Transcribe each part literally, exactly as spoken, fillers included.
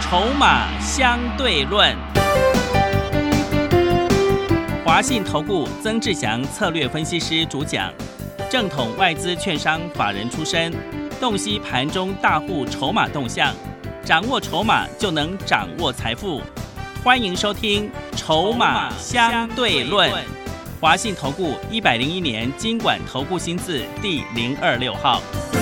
筹码相对论，华信投顾曾志祥策略分析师主讲，正统外资券商法人出身，洞悉盘中大户筹码动向，掌握筹码就能掌握财富。欢迎收听《筹码相对论》，华信投顾一百零一年金管投顾新字第零二六号。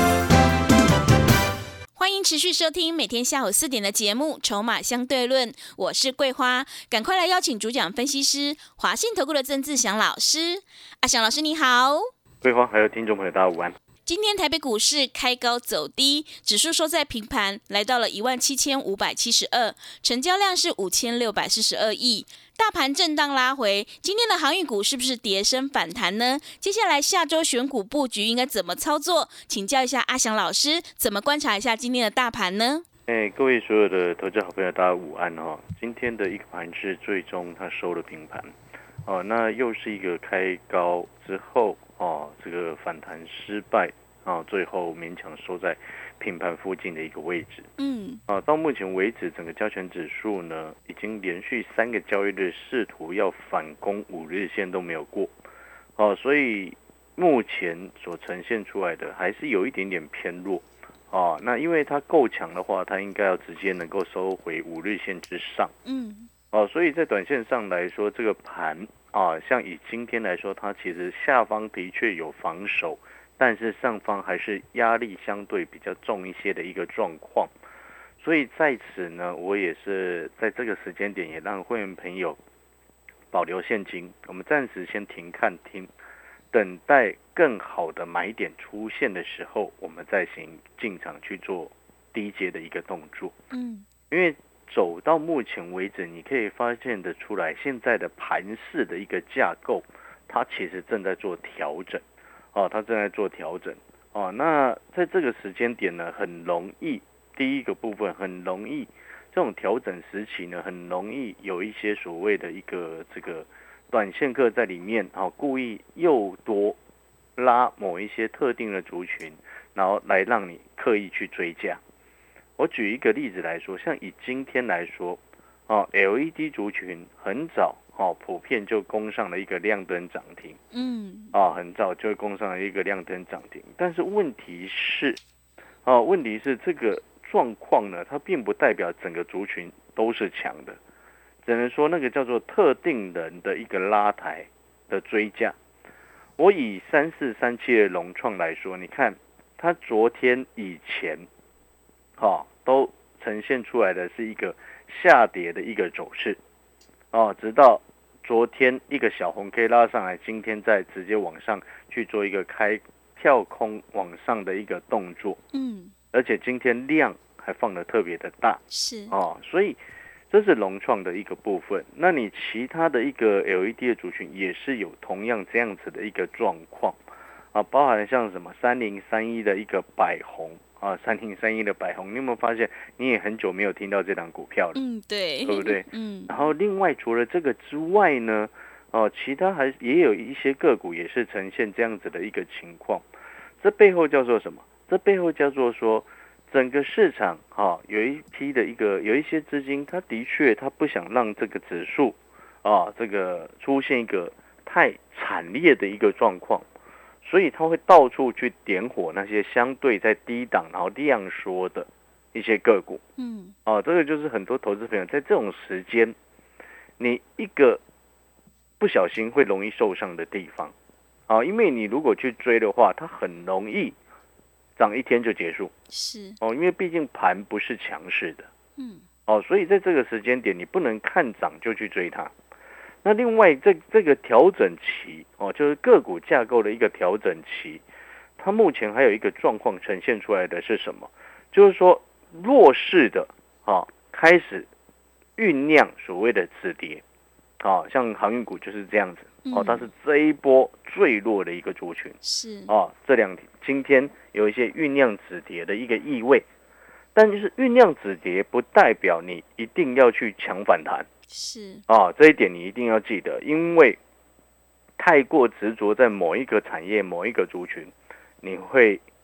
欢迎持续收听每天下午四点的节目《筹码相对论》，我是桂花，赶快来邀请主讲分析师华信投顾的曾志祥老师。阿祥老师你好。 桂花还有听众朋友大家午安。 今天台北股市开高走低，指数收在平盘，来到了一万七千五百七十二，成交量是五千六百四十二亿。大盘震荡拉回，今天的航运股是不是跌升反弹呢？接下来下周选股布局应该怎么操作？请教一下阿翔老师，怎么观察一下今天的大盘呢？ 哎，各位所有的投资好朋友，大家午安哦。今天的一个盘是最终它收了平盘，哦，那又是一个开高之后哦，这个反弹失败啊，最后勉强收在平盘附近的一个位置。 嗯， 啊，到目前为止，整个加权指数呢，已经连续三个交易日试图要反攻五日线都没有过，哦、啊，所以目前所呈现出来的还是有一点点偏弱。啊，那因为它够强的话，它应该要直接能够收回五日线之上。 嗯， 哦、啊，所以在短线上来说，这个盘啊，像以今天来说，它其实下方的确有防守。但是上方还是压力相对比较重一些的一个状况，所以在此呢，我也是在这个时间点也让会员朋友保留现金，我们暂时先停看听，等待更好的买点出现的时候，我们再行进场去做低阶的一个动作。 嗯， 因为走到目前为止，你可以发现得出来，现在的盘势的一个架构，它其实正在做调整。哦，它正在做调整哦。那在这个时间点呢，很容易第一个部分很容易这种调整时期呢，很容易有一些所谓的一个这个短线客在里面哦，故意诱多拉某一些特定的族群，然后来让你刻意去追价。我举一个例子来说，像以今天来说哦 ，L E D 族群很早。哦，普遍就攻上了一个亮灯涨停， 嗯， 啊，很早就攻上了一个亮灯涨停。但是问题是，啊，问题是这个状况呢，它并不代表整个族群都是强的，只能说那个叫做特定人的一个拉抬的追价。我以三四三七的融创来说，你看它昨天以前，啊，都呈现出来的是一个下跌的一个走势。哦，直到昨天一个小红 K 拉上来，今天再直接往上去做一个开跳空往上的一个动作， 嗯， 而且今天量还放得特别的大， 是哦，所以这是融创的一个部分。那你其他的一个 L E D 的族群也是有同样这样子的一个状况啊，包含像什么三零三一的一个百宏。啊，三零三一的百宏，你有没有发现你也很久没有听到这档股票了？ 嗯，对， 对不对？ 嗯， 然后另外除了这个之外呢，哦，其他还也有一些个股也是呈现这样子的一个情况。这背后叫做什么？这背后叫做说，整个市场哈、哦、有一批的一个有一些资金，它的确它不想让这个指数啊、哦、这个出现一个太惨烈的一个状况。所以他会到处去点火那些相对在低档然后量缩的一些个股， 嗯， 哦，这个就是很多投资朋友在这种时间，你一个不小心会容易受伤的地方，啊、哦，因为你如果去追的话，它很容易涨一天就结束， 是哦，因为毕竟盘不是强势的， 嗯， 哦，所以在这个时间点，你不能看涨就去追它。那另外这这个调整期哦，就是个股架构的一个调整期，它目前还有一个状况呈现出来的是什么？就是说弱势的啊开始酝酿所谓的止跌，啊，像航运股就是这样子哦，它是这一波最弱的一个族群， 是啊，这两天今天有一些酝酿止跌的一个意味，但就是酝酿止跌不代表你一定要去抢反弹。 是啊，这一点你一定要记得，因为太过执着在某一个产业、某一个族群，你会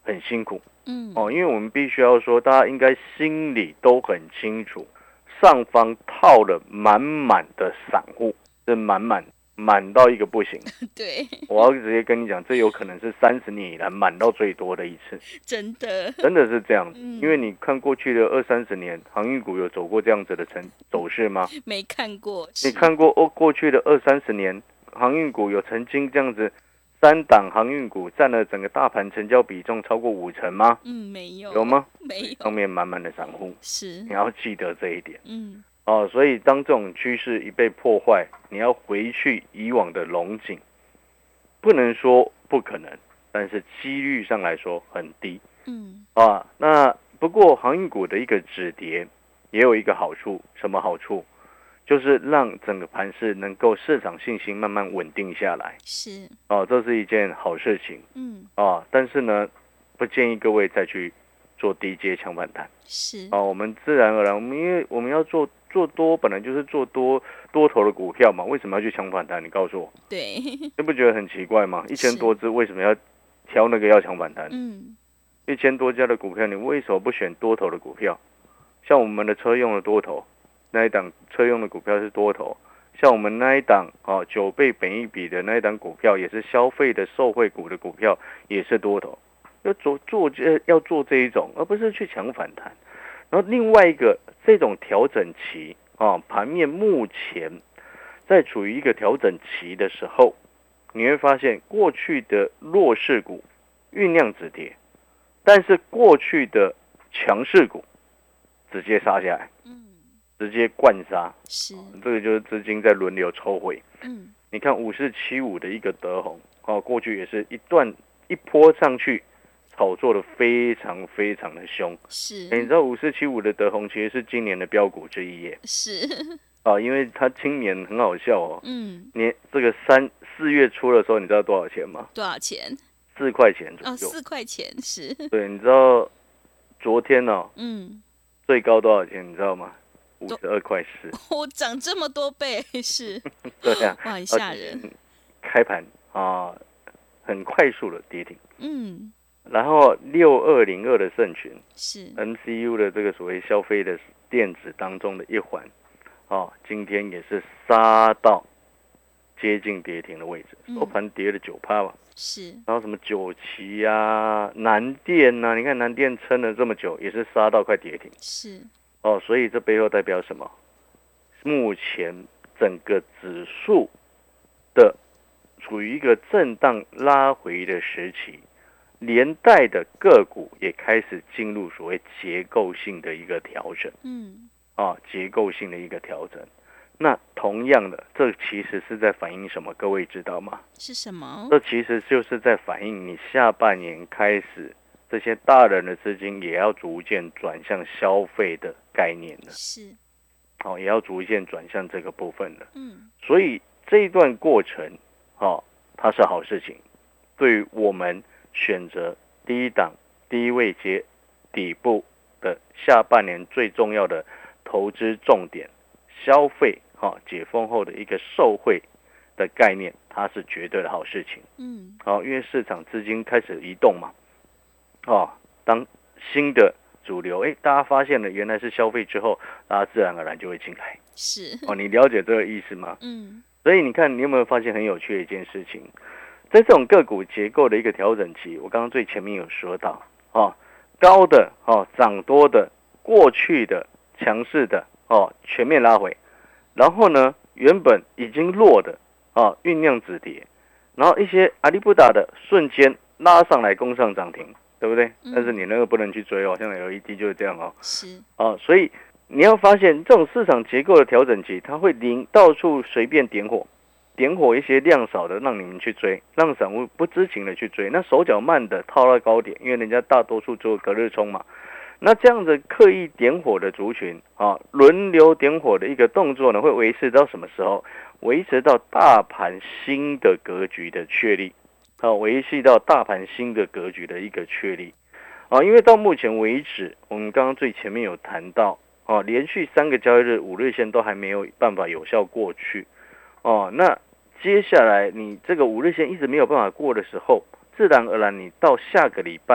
很辛苦， 嗯， 哦，因为我们必须要说，大家应该心里都很清楚，上方套了满满的散户，是满满满到一个不行。 对， 我要直接跟你讲，这有可能是三十年以来满到最多的一次， 真的， 真的是这样子。 嗯因为你看过去的二三十年，航运股有走过这样子的成走势吗？ 没看过， 你看过哦，过去的二三十年，航运股有曾经这样子，三档航运股占了整个大盘成交比重超过五成吗？ 嗯，没有， 有吗？ 没有， 上面满满的散户， 是你，要记得这一点。 嗯， 哦，所以当这种趋势一被破坏，你要回去以往的龙井，不能说不可能，但是几率上来说很低。 嗯， 啊，那不过航运股的一个止跌也有一个好处，什么好处？就是让整个盘势能够市场信心慢慢稳定下来。 是， 哦，这是一件好事情。 嗯， 啊，但是呢，不建议各位再去做低阶抢反弹。 是， 哦，我们自然而然，我们因为我们要做做多，本来就是做多多头的股票嘛，为什么要去抢反弹？你告诉我， 对， 你不觉得很奇怪吗？一千是多只为什么要挑那个要抢反弹？ 嗯， 一千多家的股票，你为什么不选多头的股票？像我们的车用的多头那一档车用的股票是多头，像我们那一档哦九倍本益比的那一档股票，也是消费的受惠股的股票，也是多头。要做做呃要做这一种，而不是去抢反弹。然后另外一个这种调整期啊，盘面目前在处于一个调整期的时候，你会发现过去的弱势股酝酿止跌，但是过去的强势股直接杀下来， 嗯， 直接灌杀， 是， 这个就是资金在轮流抽回。 嗯， 你看五四七五的一个德宏，哦，过去也是一段一波上去，炒作的非常非常的凶。 是， 欸你知道五四七五的德宏其实是今年的标股之一耶， 是， 啊，因为它今年很好笑哦， 嗯， 年这个三四月初的时候，你知道多少钱吗？ 多少钱？ 四块钱左哦， 右。 四块钱，是， 对，你知道昨天哦嗯， 最高多少钱？你知道吗？五十二块四。 我涨这么多倍，是， 对呀、 哇，很吓人， 开盘啊，很快速的跌停。 嗯， 然后六二零二的盛群是， M C U 的这个所谓消费的电子当中的一环，哦，今天也是杀到接近跌停的位置， 嗯收盘跌了九趴吧。 是， 然后什么九旗啊、南电啊，你看南电撑了这么久，也是杀到快跌停。 是， 哦，所以这背后代表什么？目前整个指数的处于一个震荡拉回的时期，连带的个股也开始进入所谓结构性的一个调整嗯， 啊，结构性的一个调整。那同样的，这其实是在反映什么？各位知道吗？ 是什么？ 这其实就是在反映你下半年开始，这些大人的资金也要逐渐转向消费的概念了， 是， 哦，也要逐渐转向这个部分了。 嗯， 所以这一段过程，哦，它是好事情，对于我们选择第一档、第一位阶底部的下半年最重要的投资重点，消费，哈，解封后的一个受惠的概念，它是绝对的好事情。 嗯， 哦，因为市场资金开始移动嘛，哦，当新的主流，哎，大家发现了原来是消费之后，大家自然而然就会进来。 是， 哦，你了解这个意思吗？ 嗯， 所以你看，你有没有发现很有趣的一件事情？在这种个股结构的一个调整期，我刚刚最前面有说到，哦，高的哦，涨多的，过去的强势的哦，全面拉回，然后呢，原本已经弱的哦，酝酿止跌，然后一些阿里不达的瞬间拉上来攻上涨停，对不对？ 嗯但是你那个不能去追哦，像 L E D 就是这样哦， 是， 哦，所以你要发现这种市场结构的调整期，它会零到处随便点火，点火一些量少的让你们去追，让散户不知情的去追，那手脚慢的套到高点，因为人家大多数做隔日冲嘛。那这样子刻意点火的族群啊，轮流点火的一个动作呢，会维持到什么时候？维持到大盘新的格局的确立，啊，维系到大盘新的格局的一个确立，啊，因为到目前为止，我们刚刚最前面有谈到，啊，连续三个交易日五日线都还没有办法有效过去，哦，那接下来你这个五日线一直没有办法过的时候，自然而然你到下个礼拜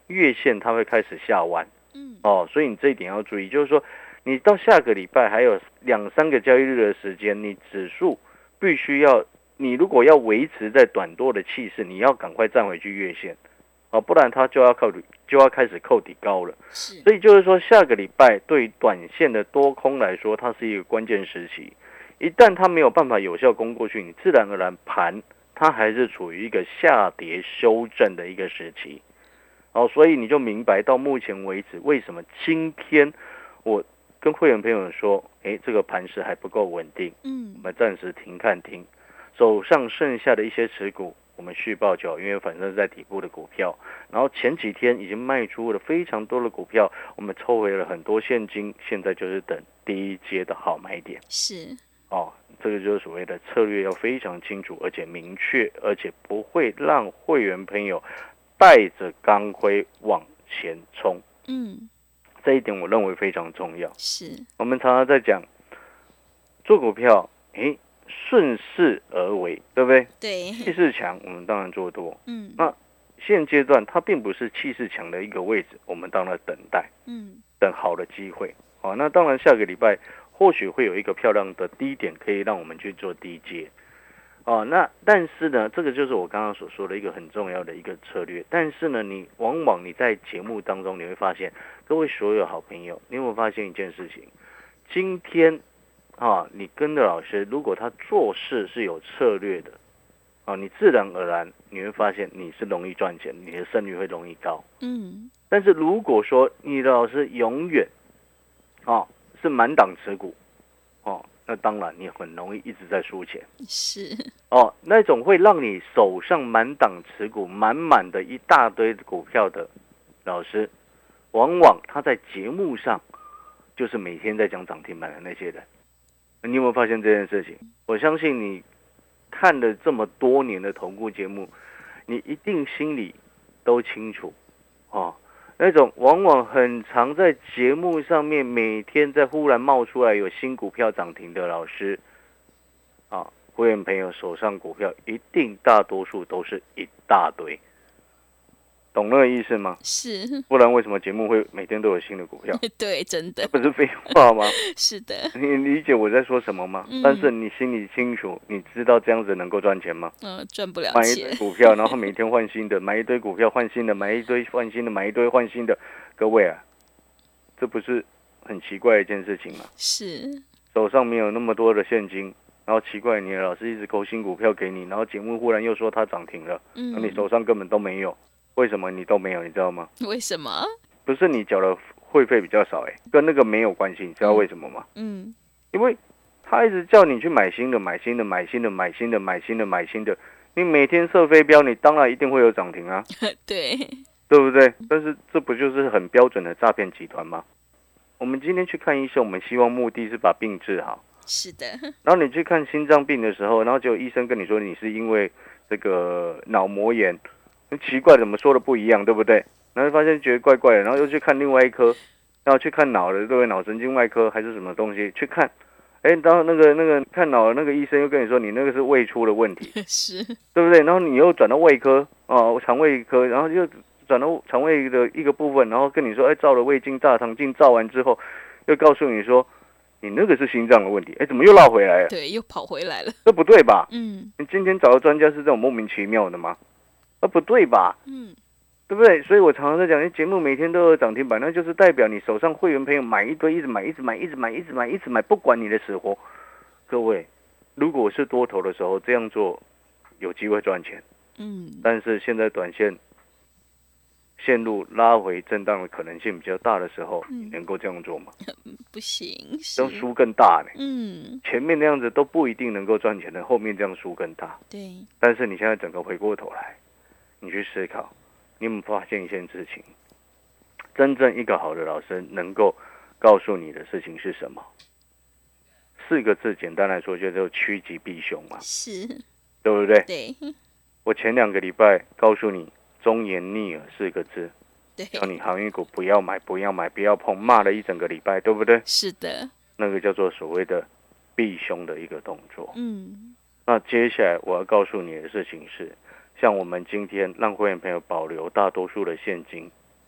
月线它会开始下弯， 嗯， 哦，所以你这一点要注意，就是说你到下个礼拜还有两三个交易日的时间，你指数必须要，你如果要维持在短多的气势，你要赶快站回去月线，哦，不然它就要靠就要开始扣底高了。 是， 所以就是说，下个礼拜对短线的多空来说，它是一个关键时期。一旦它没有办法有效攻过去，你自然而然盘它还是处于一个下跌修正的一个时期。好，所以你就明白到目前为止，为什么今天我跟会员朋友说，哎，这个盘势还不够稳定， 嗯， 我们暂时停看停，手上剩下的一些持股，我们续报就好，因为反正是在底部的股票。然后前几天已经卖出了非常多的股票，我们抽回了很多现金，现在就是等第一阶的好买点。 是， 哦，这个就是所谓的策略要非常清楚，而且明确，而且不会让会员朋友带着钢盔往前冲。 嗯， 这一点我认为非常重要。 是， 我们常常在讲做股票，诶，顺势而为，对不对？ 对， 气势强，我们当然做多。 嗯， 那现阶段它并不是气势强的一个位置，我们当然等待， 嗯， 等好的机会。好，那当然下个礼拜或许会有一个漂亮的低点，可以让我们去做低接。哦，那但是呢，这个就是我刚刚所说的一个很重要的一个策略。但是呢，你往往你在节目当中你会发现，各位所有好朋友，你有没有发现一件事情？今天啊，你跟着老师，如果他做事是有策略的，啊，你自然而然你会发现你是容易赚钱，你的胜率会容易高。 嗯， 但是如果说你的老师永远啊是满档持股，哦，那当然你很容易一直在输钱。 是， 哦，那种会让你手上满档持股满满的一大堆股票的老师，往往他在节目上就是每天在讲涨停板的那些人。你有没有发现这件事情？我相信你看了这么多年的投顾节目，你一定心里都清楚哦。那种往往很常在节目上面每天在忽然冒出来有新股票涨停的老师啊，会员朋友手上股票一定大多数都是一大堆，懂那个意思吗？ 是， 不然为什么节目会每天都有新的股票？ 对，真的， 不是废话吗？ 是的， 你理解我在说什么吗？ 嗯但是你心里清楚，你知道这样子能够赚钱吗？ 嗯，赚不了买一钱堆，股票，然后每天换新的，买一堆股票换新的，买一堆换新的，买一堆换新的，各位啊，这不是很奇怪的一件事情吗？ 是， 手上没有那么多的现金，然后奇怪，你的老师一直勾新股票给你，然后节目忽然又说它涨停了， 嗯， 那你手上根本都没有，为什么你都没有？你知道吗？ 为什么？ 不是你缴的会费比较少、欸，跟那个没有关系，你知道为什么吗？ 嗯， 因为他一直叫你去买新的，买新的，买新的，买新的，买新的，买新的，你每天设飞镖，你当然一定会有涨停啊， 对， 对不对？但是这不就是很标准的诈骗集团吗？我们今天去看医生，我们希望目的是把病治好。 是的， 然后你去看心脏病的时候，然后结果医生跟你说你是因为这个脑膜炎，很奇怪，怎么说的不一样，对不对？然后发现觉得怪怪的，然后又去看另外一科，然后去看脑的，对不对？脑神经外科还是什么东西去看，哎，然后那个那个看脑的那个医生又跟你说你那个是胃出的问题， 是， 对不对？然后你又转到胃科哦，肠胃科，然后又转到肠胃的一个部分，然后跟你说，哎，照了胃镜、大肠镜，照完之后，又告诉你说你那个是心脏的问题，哎，怎么又绕回来了？ 对，又跑回来了， 这不对吧？ 嗯你今天找的专家是这种莫名其妙的吗？那不对吧？ 嗯， 对不对？所以我常常在讲，节目每天都有涨停板，那就是代表你手上会员朋友买一堆，一直买，一直买，一直买，一直买，一直买，不管你的死活。各位，如果是多头的时候这样做，有机会赚钱。 嗯， 但是现在短线陷入拉回震荡的可能性比较大的时候， 嗯你能够这样做吗？ 不行， 这样是， 输更大呢。 嗯， 前面那样子都不一定能够赚钱的，后面这样输更大。 对， 但是你现在整个回过头来，你去思考，你有没有发现一件事情？真正一个好的老师能够告诉你的事情是什么？四个字，简单来说就叫趋吉避凶嘛， 是， 对不对？ 对， 我前两个礼拜告诉你忠言逆耳四个字， 对， 叫你航运股不要买，不要买，不要碰，骂了一整个礼拜，对不对？ 是的， 那个叫做所谓的避凶的一个动作。 嗯， 那接下来我要告诉你的事情是，像我们今天让会员朋友保留大多数的现金，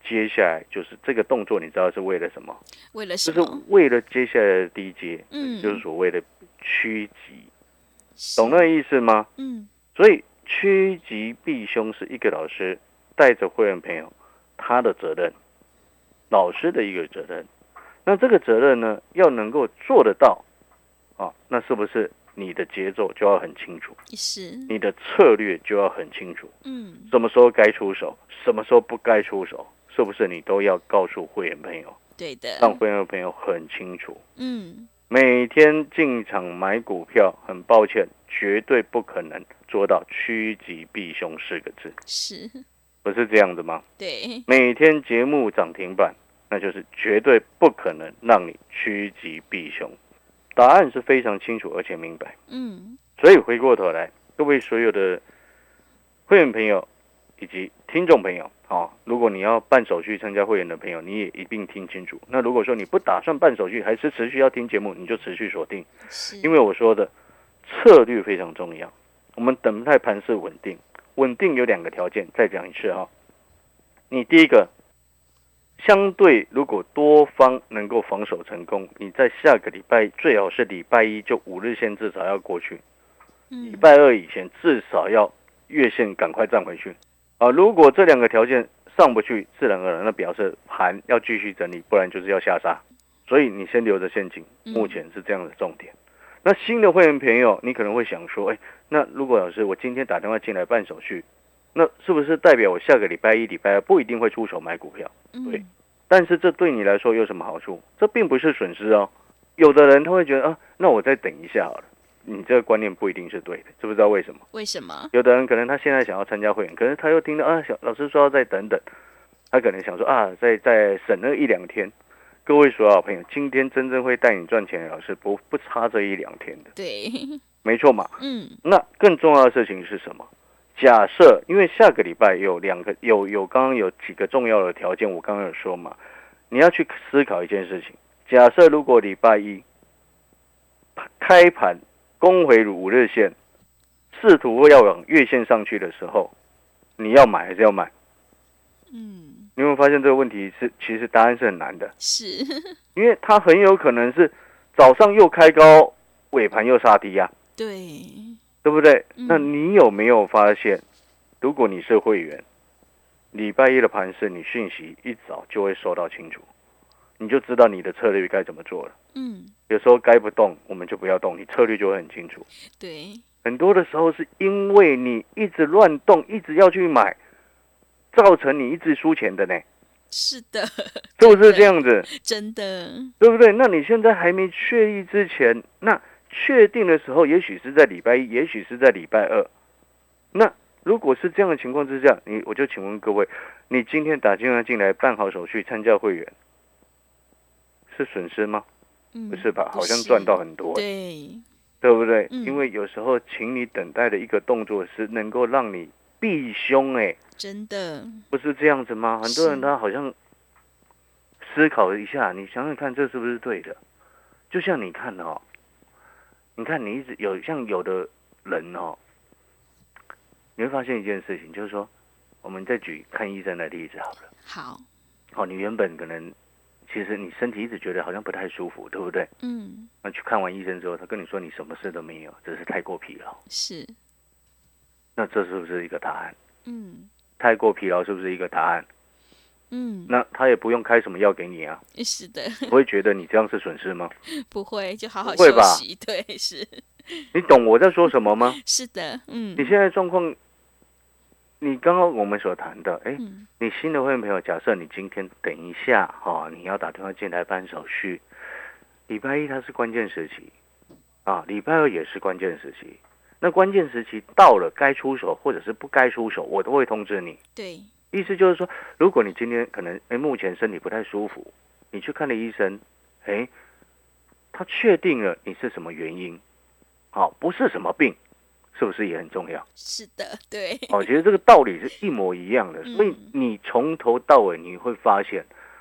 接下来就是这个动作，你知道是为了什么？ 为了什么？ 就是为了接下来的低阶， 嗯， 就是所谓的趋吉，懂那个意思吗？ 嗯， 所以趋吉避凶是一个老师带着会员朋友他的责任，老师的一个责任。那这个责任呢，要能够做得到啊，那是不是你的节奏就要很清楚？ 是， 你的策略就要很清楚。 嗯， 什么时候该出手，什么时候不该出手，是不是你都要告诉会员朋友？ 对的， 让会员朋友很清楚。 嗯， 每天进场买股票，很抱歉，绝对不可能做到趋吉避凶四个字， 是， 不是这样子吗？ 对， 每天节目涨停板，那就是绝对不可能让你趋吉避凶。答案是非常清楚而且明白。 嗯， 所以回过头来，各位所有的会员朋友以及听众朋友，哦，如果你要办手续参加会员的朋友，你也一并听清楚。那如果说你不打算办手续，还是持续要听节目，你就持续锁定，因为我说的策略非常重要。我们等待盘势稳定，稳定有两个条件，再讲一次啊、哦。你第一个，相对如果多方能够防守成功，你在下个礼拜最好是礼拜一就五日线至少要过去，礼拜二以前至少要月线赶快站回去啊！如果这两个条件上不去，自然而然那表示盘要继续整理，不然就是要下杀。所以你先留着现金，目前是这样的重点。那新的会员朋友，你可能会想说，哎，那如果老师我今天打电话进来办手续，那是不是代表我下个礼拜一、礼拜二不一定会出手买股票？对，但是这对你来说有什么好处？这并不是损失哦。有的人他会觉得啊，那我再等一下好了。你这个观念不一定是对的，知不知道为什么？ 为什么？ 有的人可能他现在想要参加会员，可是他又听到啊，小老师说要再等等，他可能想说啊，再再省那一两天。各位所有好朋友，今天真正会带你赚钱的老师不不差这一两天的， 对， 没错嘛。 嗯， 那更重要的事情是什么？假设因为下个礼拜有两个有有刚刚有几个重要的条件，我刚刚有说嘛，你要去思考一件事情。假设如果礼拜一开盘攻回五日线，试图要往月线上去的时候，你要买还是要买？ 嗯， 你有没有发现这个问题是其实答案是很难的？ 是， 因为它很有可能是早上又开高，尾盘又杀低啊， 对， 对不对？ 嗯、 那你有没有发现，如果你是会员，礼拜一的盘势，你讯息一早就会收到清楚，你就知道你的策略该怎么做了。 嗯， 有时候该不动，我们就不要动，你策略就会很清楚。 对， 很多的时候是因为你一直乱动，一直要去买，造成你一直输钱的呢。 是的， 是不是这样子？ 真的， 对不对？那你现在还没确立之前，那确定的时候，也许是在礼拜一，也许是在礼拜二。那如果是这样的情况之下，你我就请问各位，你今天打电话进来办好手续参加会员，是损失吗？ 嗯、 不是吧？好像赚到很多， 对， 对不对？ 嗯、 因为有时候请你等待的一个动作是能够让你避凶，哎， 真的不是这样子吗？很多人他好像思考一下，你想想看，这是不是对的？就像你看哦，你看你一直有像有的人哦，你会发现一件事情，就是说，我们再举看医生的例子好了。 好， 好，你原本可能其实你身体一直觉得好像不太舒服，对不对？ 嗯， 那去看完医生之后，他跟你说你什么事都没有，只是太过疲劳。 是， 那这是不是一个答案？ 嗯， 太过疲劳是不是一个答案？ 嗯， 那他也不用开什么药给你啊。 是的， 不会觉得你这样是损失吗？ 不会，就好好休息。对，是。 你懂我在说什么吗？ 是的，嗯。 你现在状况，你刚刚我们所谈的，哎、嗯，你新的会员朋友，假设你今天等一下哈、哦，你要打电话进来办手续，礼拜一它是关键时期啊，礼拜二也是关键时期。那关键时期到了，该出手或者是不该出手，我都会通知你。 对。 意思就是说，如果你今天可能哎目前身体不太舒服，你去看了医生，哎，他确定了你是什么原因，好、哦，不是什么病，是不是也很重要？ 是的，对。 哦，其实这个道理是一模一样的，所以你从头到尾你会发现，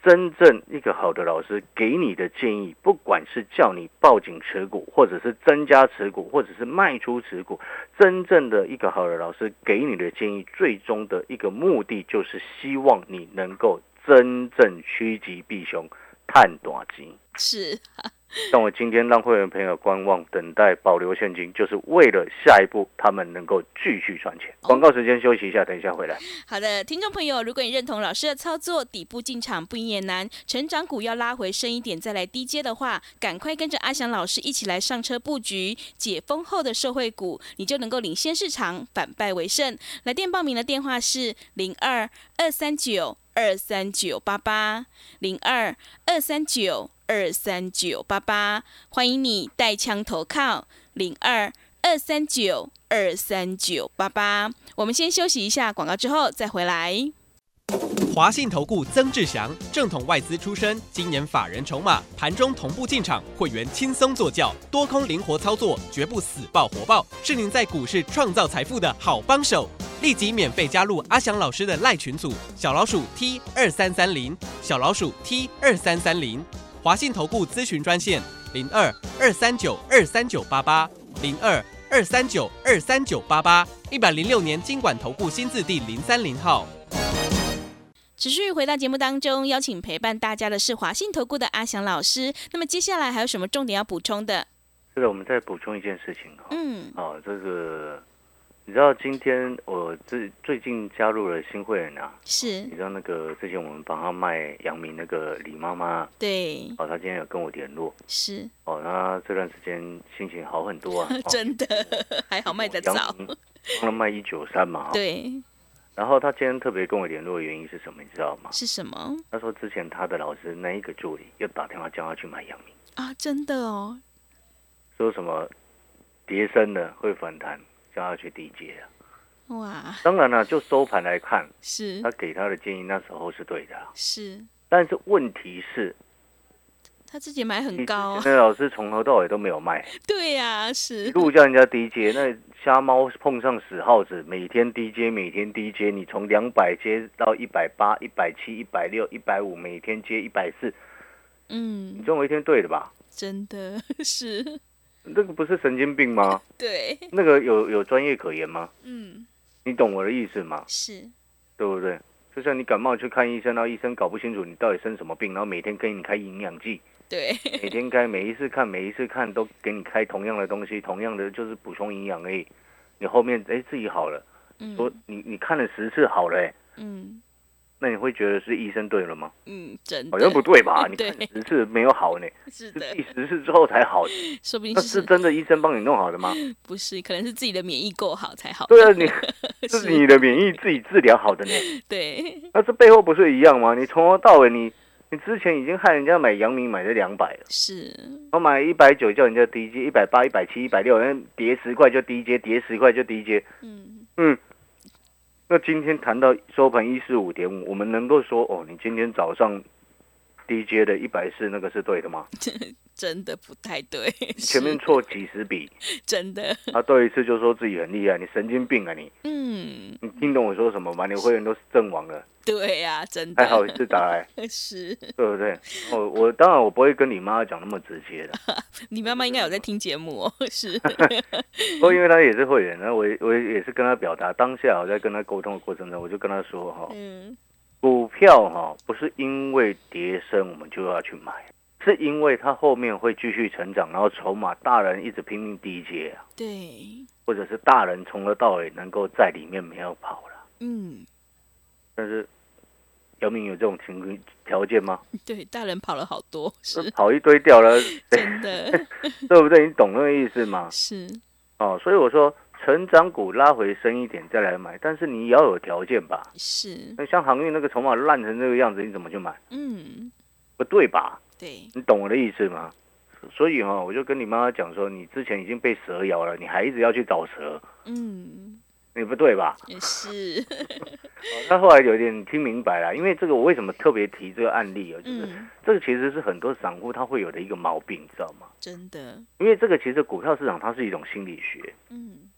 真正一个好的老师给你的建议，不管是叫你抱紧持股，或者是增加持股，或者是卖出持股，真正的一个好的老师给你的建议，最终的一个目的就是希望你能够真正趋吉避凶，探大钱。 是。 像我今天让会员朋友观望，等待保留现金，就是为了下一步他们能够继续赚钱。广告时间休息一下，等一下回来。 好的，听众朋友，如果你认同老师的操作，底部进场不赢也难，成长股要拉回深一点再来低接的话，赶快跟着阿翔老师一起来上车布局解封后的受惠股，你就能够领先市场，反败为胜。来电报名的电话是零二二三九二三九八八零二二三九二三九八八，欢迎你带枪投靠零二二三九二三九八八。我们先休息一下广告，之后再回来。 华信投顾曾志祥，正统外资出身，今年法人筹码，盘中同步进场，会员轻松做教，多空灵活操作，绝不死抱活抱，是您在股市创造财富的好帮手。立即免费加入阿翔老师的赖群组，小老鼠 T 二三三零，小老鼠 T 二三三零。华信投顾咨询专线零二二三九二三九八八零二二三九二三九八八，一百零六年金管投顾新字第零三零号。 持续回到节目当中，邀请陪伴大家的是华信投顾的阿翔老师。那么接下来还有什么重点要补充的？ 是的，我们再补充一件事情哈。 嗯， 哦，这个你知道今天我最最近加入了新会员啊， 是， 你知道那个之前我们帮他卖阳明那个李妈妈， 对， 哦，他今天有跟我联络， 是， 哦，那这段时间心情好很多啊，哦、 真的，还好卖得早， 帮他卖一九三嘛， 对。 然后他今天特别跟我联络的原因是什么？你知道吗？ 是什么？ 他说之前他的老师那一个助理又打电话叫他去买阳明啊，真的哦， 说什么跌升了会反弹，叫他去低接啊。 哇， 当然了，就收盘来看， 是他给他的建议那时候是对的， 是， 但是问题是， 他自己买很高、啊， 那老师从头到尾都没有卖， 对呀、啊，是， 一路叫人家低接，那瞎猫碰上死耗子，每天低接，每天低接，你从两百接到一百八、一百七、一百六、一百五，每天接一百四， 嗯， 你总有一天对的吧？ 真的是， 那个不是神经病吗？ 对， 那个有有专业可言吗？ 嗯， 你懂我的意思吗？ 是， 对不对？就像你感冒去看医生，然后医生搞不清楚你到底生什么病，然后每天给你开营养剂， 对， 每天开，每一次看，每一次看都给你开同样的东西，同样的就是补充营养而已。你后面哎自己好了， 嗯， 说你你看了十次好了，哎， 嗯， 那你会觉得是医生对了吗？ 嗯，真的， 好像不对吧？你对看十次没有好呢， 是的， 是第十次之后才好， 说不定那是真的医生帮你弄好的吗？ 不是，可能是自己的免疫够好才好。 对啊，你是你的免疫自己治疗好的呢。 对， 那这背后不是一样吗？你从头到尾你。你之前已经害人家买阳明买了两百了， 是， 我买一百九叫人家低接，一百八、一百七、一百六，人跌十块就低接，跌十块就低接。 嗯嗯，那今天谈到收盘一四五点五，我们能够说哦，你今天早上低接的一百四那个是对的吗？ 真的不太对， 前面错几十笔， 真的。 他对一次就说自己很厉害，你神经病啊你！ 嗯， 你听懂我说什么吗？你会员都是阵亡了。 对呀、啊，真的。 还好一次打来， 是， 对不对？我我当然我不会跟你妈讲那么直接的。 你妈妈应该有在听节目哦，是。 不过因为她也是会员，然后我我也是跟她表达，当下我在跟她沟通的过程中，我就跟她说哈， 嗯， 股票哈不是因为跌升我们就要去买，是因为它后面会继续成长，然后筹码大人一直拼命低接啊， 对， 或者是大人从头到尾能够在里面没有跑了， 嗯， 但是姚明有这种情条件吗？ 对，大人跑了好多，是跑一堆掉了， 真的， 对不对？你懂那个意思吗？ 是， 哦，所以我说成长股拉回深一点再来买，但是你也要有条件吧？ 是， 那像航运那个筹码烂成这个样子，你怎么去买？ 嗯， 不对吧？ 对， 你懂我的意思吗？所以哈、哦，我就跟你妈妈讲说，你之前已经被蛇咬了，你还一直要去找蛇， 嗯， 你不对吧？ 也是， 哦、他后来有点听明白了，因为这个我为什么特别提这个案例啊？就是、 嗯、 这个其实是很多散户他会有的一个毛病，你知道吗？ 真的， 因为这个其实股票市场它是一种心理学， 嗯，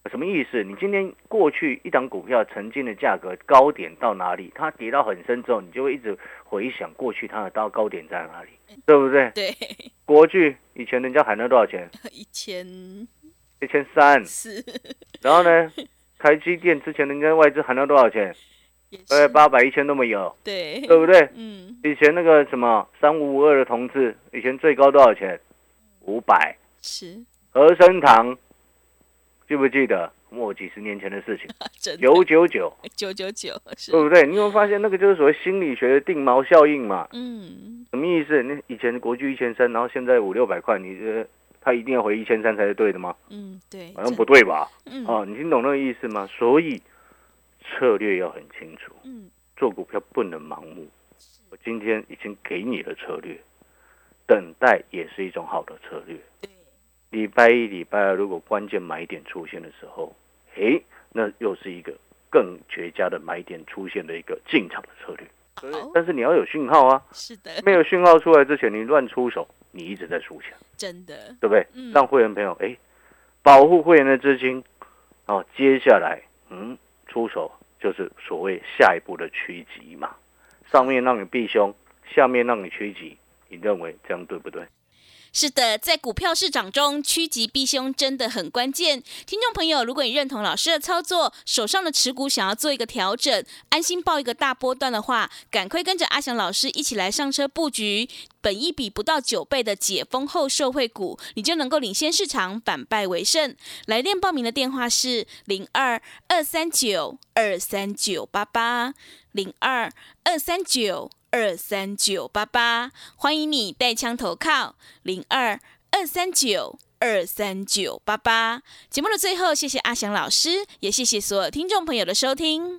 什么意思？你今天过去一档股票曾经的价格高点到哪里，它跌到很深之后，你就会一直回想过去它的到高点在哪里，对不对？ 对。 国巨以前人家喊了多少钱？ 一千一千三。 是。 然后呢，台积电之前人家外资喊了多少钱？呃，八百、一千都没有。 对。 对不对？ 嗯。 以前那个什么三五五二的同志，以前最高多少钱？五百。 是。 和生堂。记不记得？我几十年前的事情，九九九， 九九九， 对不对？你有没有发现那个就是所谓心理学的定锚效应嘛？ 嗯， 什么意思？你以前国巨一千三，然后现在五六百块，你觉得他一定要回一千三才是对的吗？ 嗯，对， 好像不对吧？ 嗯， 哦，你听懂那个意思吗？所以策略要很清楚， 嗯， 做股票不能盲目。我今天已经给你了策略，等待也是一种好的策略。 对。 礼拜一、礼拜二，如果关键买点出现的时候，诶，那又是一个更绝佳的买点出现的一个进场的策略。但是你要有讯号啊， 是的， 没有讯号出来之前，你乱出手，你一直在输钱， 真的， 对不对？ 嗯、 让会员朋友诶，保护会员的资金，哦，接下来嗯，出手就是所谓下一步的趋吉嘛，上面让你避凶，下面让你趋吉，你认为这样对不对？ 是的，在股票市场中，趋吉避凶真的很关键。听众朋友，如果你认同老师的操作，手上的持股想要做一个调整，安心抱一个大波段的话，赶快跟着阿翔老师一起来上车布局本益比不到九倍的解封后受惠股，你就能够领先市场，反败为胜。来电报名的电话是零二二三九二三九八八零二二三九。二三九八八，欢迎你带枪投靠零二二三九二三九八八。节目的最后，谢谢阿翔老师，也谢谢所有听众朋友的收听。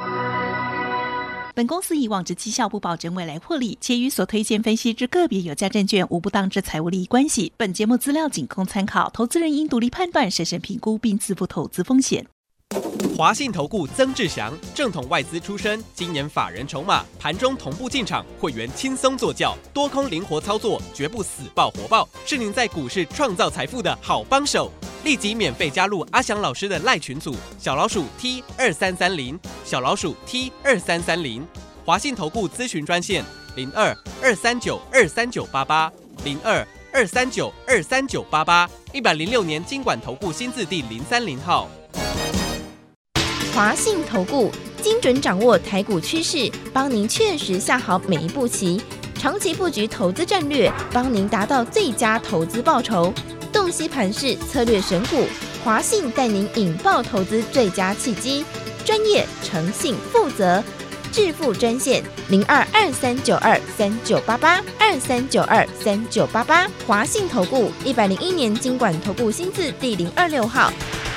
本公司以往之绩效不保证未来获利，且与所推荐分析之个别有价证券无不当之财务利益关系。本节目资料仅供参考，投资人应独立判断、审慎评估并自负投资风险。 华信投顾曾志祥，正统外资出身，今年法人筹码，盘中同步进场，会员轻松做教，多空灵活操作，绝不死抱活抱，是您在股市创造财富的好帮手。立即免费加入阿翔老师的赖群组，小老鼠 T 二三三零，小老鼠 T 二三三零，华信投顾咨询专线零二二三九二三九八八零二二三九二三九八八，一百零六年金管投顾新字第零三零号。 华信投顾精准掌握台股趋势，帮您确实下好每一步棋，长期布局投资战略，帮您达到最佳投资报酬。洞悉盘势，策略选股，华信带您引爆投资最佳契机，专业、诚信、负责，致富专线零二二三九二三九八八二三九二三九八八，华信投顾一百零一年金管投顾新字第零二六号。